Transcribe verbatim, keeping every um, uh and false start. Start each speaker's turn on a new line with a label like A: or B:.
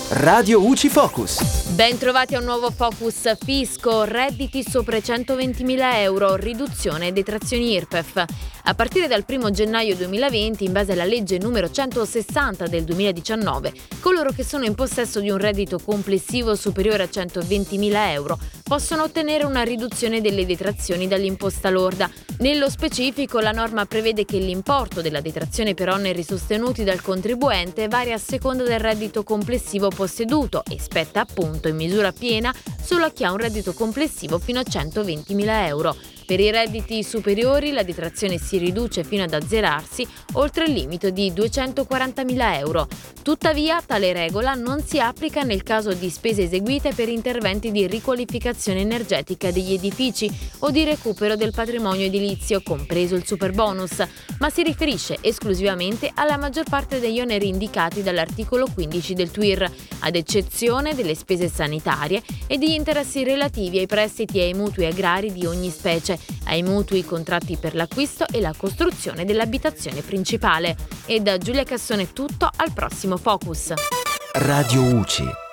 A: Radio U C I Focus.
B: Ben trovati a un nuovo Focus Fisco, redditi sopra i centoventimila euro, riduzione detrazioni I R P E F. A partire dal primo gennaio duemilaventi, in base alla legge numero centosessanta del duemiladiciannove, coloro che sono in possesso di un reddito complessivo superiore a centoventimila euro possono ottenere una riduzione delle detrazioni dall'imposta lorda. Nello specifico, la norma prevede che l'importo della detrazione per oneri sostenuti dal contribuente varia a seconda del reddito complessivo posseduto e spetta appunto in misura piena solo a chi ha un reddito complessivo fino a centoventimila euro. Per i redditi superiori la detrazione si riduce fino ad azzerarsi oltre il limite di duecentoquarantamila euro. Tuttavia, tale regola non si applica nel caso di spese eseguite per interventi di riqualificazione energetica degli edifici o di recupero del patrimonio edilizio, compreso il superbonus, ma si riferisce esclusivamente alla maggior parte degli oneri indicati dall'articolo quindici del T U I R, ad eccezione delle spese sanitarie e degli interessi relativi ai prestiti e ai mutui agrari di ogni specie, ai mutui contratti per l'acquisto e la costruzione dell'abitazione principale. E da Giulia Cassone è tutto, al prossimo Focus.
A: Radio U C I.